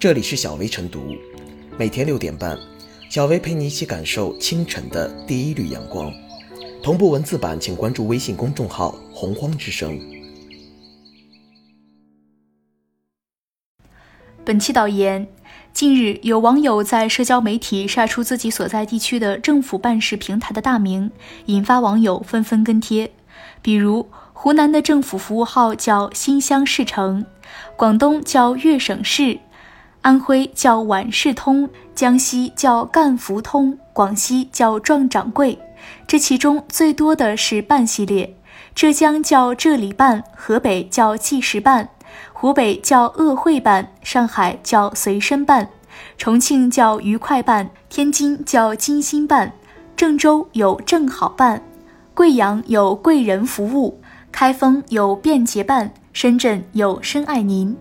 这里是小薇晨读，每天6点半，小薇陪你一起感受清晨的第一缕阳光。同步文字版请关注微信公众号洪荒之声。 本期导言：近日有网友在社交媒体晒出自己所在地区的政府办事平台的大名，引发网友纷纷跟贴。比如湖南的政府服务号叫新乡市城，广东叫粤省市，安徽叫皖市通，江西叫赣福通，广西叫壮掌柜。这其中最多的是办系列，浙江叫这里办，河北叫纪实办，湖北叫鄂汇办，上海叫随身办，重庆叫愉快办，天津叫金星办，郑州有正好办，贵阳有贵人服务，开封有便捷办，深圳有深爱您。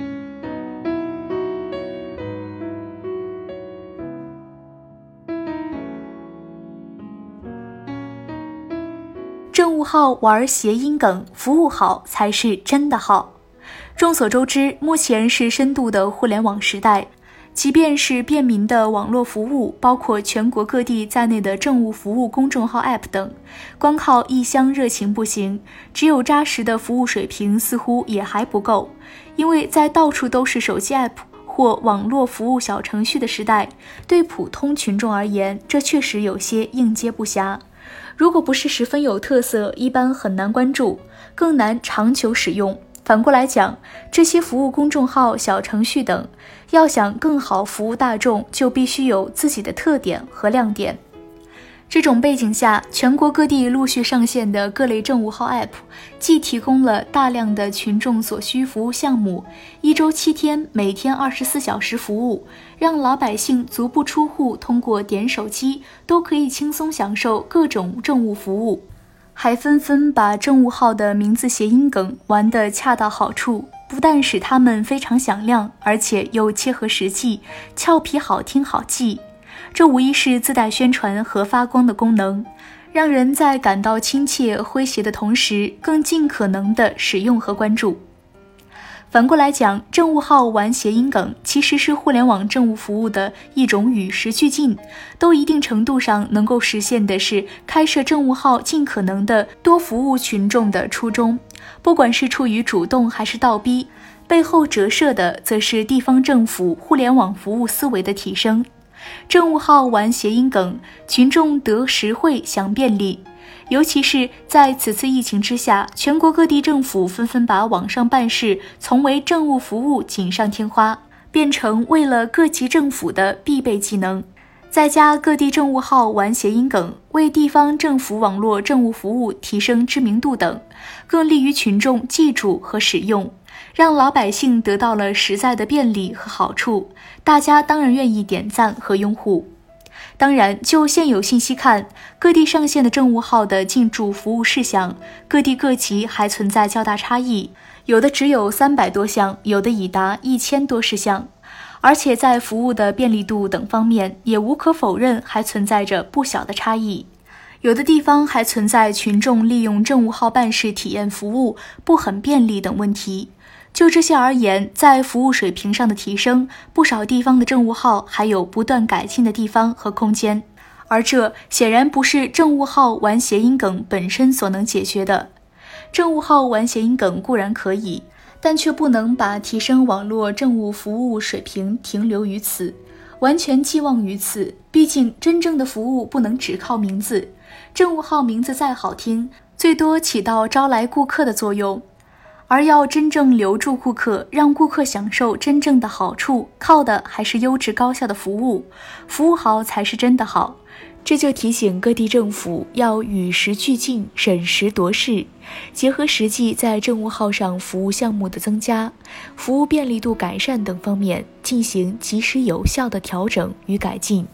政务号玩谐音梗，服务好才是真的好。众所周知，目前是深度的互联网时代，即便是便民的网络服务，包括全国各地在内的政务服务公众号 App 等，光靠一厢热情不行，只有扎实的服务水平似乎也还不够。因为在到处都是手机 App 或网络服务小程序的时代，对普通群众而言，这确实有些应接不暇。如果不是十分有特色，一般很难关注，更难长久使用。反过来讲，这些服务公众号、小程序等，要想更好服务大众，就必须有自己的特点和亮点。这种背景下，全国各地陆续上线的各类政务号 App， 既提供了大量的群众所需服务项目，1周7天，每天24小时服务，让老百姓足不出户，通过点手机都可以轻松享受各种政务服务，还纷纷把政务号的名字谐音梗玩得恰到好处，不但使它们非常响亮，而且又切合实际，俏皮好听好记。这无疑是自带宣传和发光的功能，让人在感到亲切诙谐的同时，更尽可能的使用和关注。反过来讲，政务号玩谐音梗其实是互联网政务服务的一种与时俱进，都一定程度上能够实现的是开设政务号尽可能的多服务群众的初衷。不管是出于主动还是倒逼，背后折射的则是地方政府互联网服务思维的提升。政务号玩谐音梗，群众得实惠享便利。尤其是在此次疫情之下，全国各地政府纷纷把网上办事从为政务服务锦上添花，变成为了各级政府的必备技能。再加各地政务号玩谐音梗，为地方政府网络政务服务提升知名度等，更利于群众记住和使用，让老百姓得到了实在的便利和好处，大家当然愿意点赞和拥护。当然，就现有信息看，各地上线的政务号的进驻服务事项，各地各级还存在较大差异，有的只有300多项，有的已达1000多事项。而且在服务的便利度等方面，也无可否认还存在着不小的差异。有的地方还存在群众利用政务号办事体验服务不很便利等问题。就这些而言，在服务水平上的提升，不少地方的政务号还有不断改进的地方和空间，而这显然不是政务号玩谐音梗本身所能解决的。政务号玩谐音梗固然可以，但却不能把提升网络政务服务水平停留于此，完全寄望于此。毕竟真正的服务不能只靠名字，政务号名字再好听，最多起到招来顾客的作用，而要真正留住顾客，让顾客享受真正的好处，靠的还是优质高效的服务，服务好才是真的好。这就提醒各地政府要与时俱进，审时度势，结合实际在政务号上服务项目的增加、服务便利度改善等方面进行及时有效的调整与改进。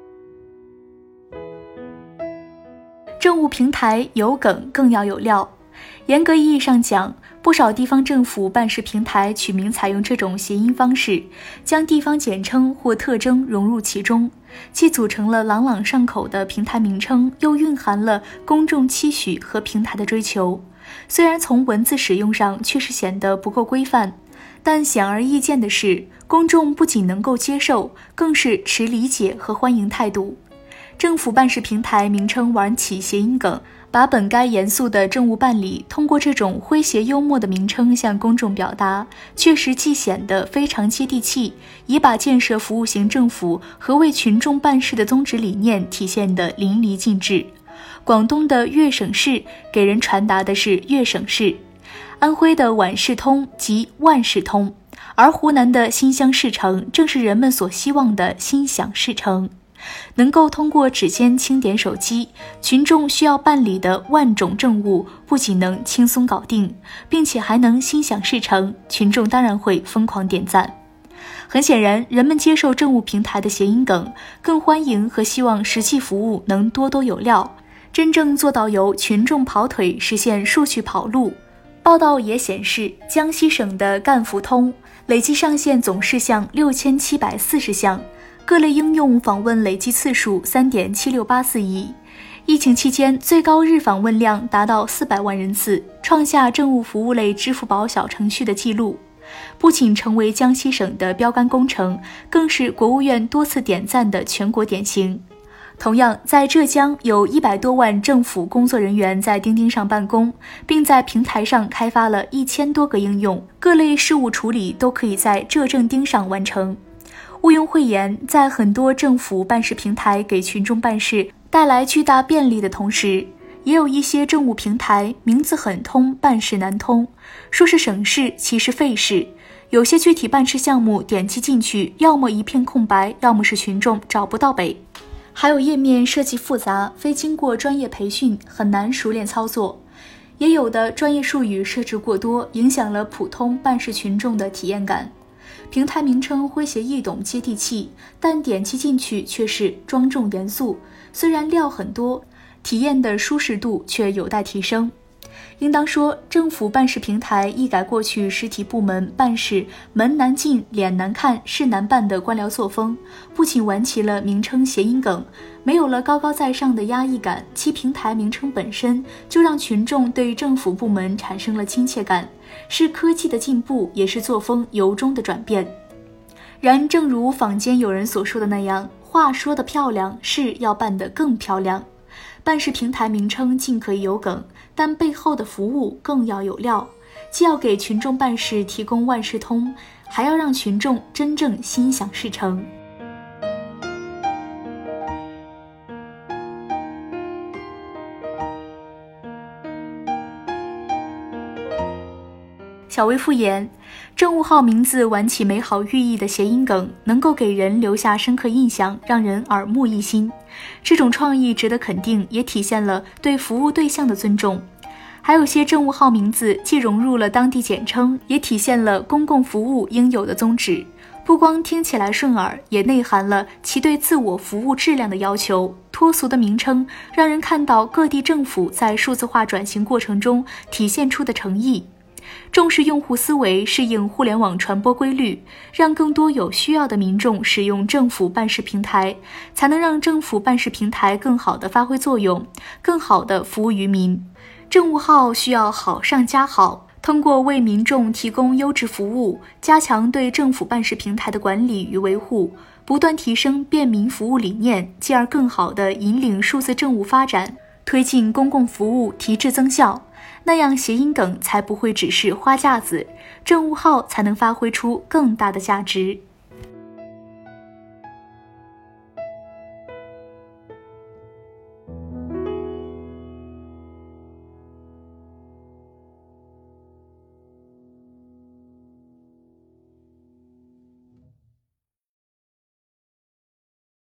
政务平台有梗更要有料。 严格意义上讲，不少地方政府办事平台取名采用这种谐音方式，将地方简称或特征融入其中，既组成了朗朗上口的平台名称，又蕴含了公众期许和平台的追求。虽然从文字使用上确实显得不够规范，但显而易见的是，公众不仅能够接受，更是持理解和欢迎态度。政府办事平台名称玩起谐音梗，把本该严肃的政务办理通过这种诙谐幽默的名称向公众表达，确实既显得非常接地气，已把建设服务型政府和为群众办事的宗旨理念体现得淋漓尽致。广东的粤省事给人传达的是粤省事，安徽的皖事通即万事通，而湖南的新乡事成正是人们所希望的心想事成。能够通过指尖轻点手机，群众需要办理的万种政务不仅能轻松搞定，并且还能心想事成，群众当然会疯狂点赞。很显然，人们接受政务平台的谐音梗，更欢迎和希望实际服务能多多有料，真正做到由群众跑腿实现数据跑路。报道也显示，江西省的赣福通累计上线总事项6740项，各类应用访问累计次数3.7684亿。疫情期间，最高日访问量达到400万人次，创下政务服务类支付宝小程序的记录。不仅成为江西省的标杆工程，更是国务院多次点赞的全国典型。同样，在浙江有100多万政府工作人员在钉钉上办公，并在平台上开发了1000多个应用，各类事务处理都可以在浙政钉上完成。毋庸讳言，在很多政府办事平台给群众办事带来巨大便利的同时，也有一些政务平台名字很通，办事难通，说是省事，其实费事。有些具体办事项目点击进去，要么一片空白，要么是群众找不到北。还有页面设计复杂，非经过专业培训很难熟练操作，也有的专业术语设置过多，影响了普通办事群众的体验感。平台名称诙谐易懂接地气，但点击进去却是庄重严肃，虽然料很多，体验的舒适度却有待提升。应当说，政府办事平台一改过去实体部门办事门难进、脸难看、事难办的官僚作风，不仅玩起了名称谐音梗，没有了高高在上的压抑感，其平台名称本身就让群众对政府部门产生了亲切感，是科技的进步，也是作风由衷的转变。然正如坊间有人所说的那样，话说得漂亮，事要办得更漂亮。办事平台名称尽可以有梗，但背后的服务更要有料，既要给群众办事提供万事通，还要让群众真正心想事成。小微复言，政务号名字玩起美好寓意的谐音梗，能够给人留下深刻印象，让人耳目一新。这种创意值得肯定，也体现了对服务对象的尊重。还有些政务号名字既融入了当地简称，也体现了公共服务应有的宗旨。不光听起来顺耳，也内含了其对自我服务质量的要求。脱俗的名称让人看到各地政府在数字化转型过程中体现出的诚意。重视用户思维，适应互联网传播规律，让更多有需要的民众使用政府办事平台，才能让政府办事平台更好地发挥作用，更好地服务于民。政务号需要好上加好，通过为民众提供优质服务，加强对政府办事平台的管理与维护，不断提升便民服务理念，进而更好地引领数字政务发展，推进公共服务提质增效。那样谐音梗才不会只是花架子，政务号才能发挥出更大的价值。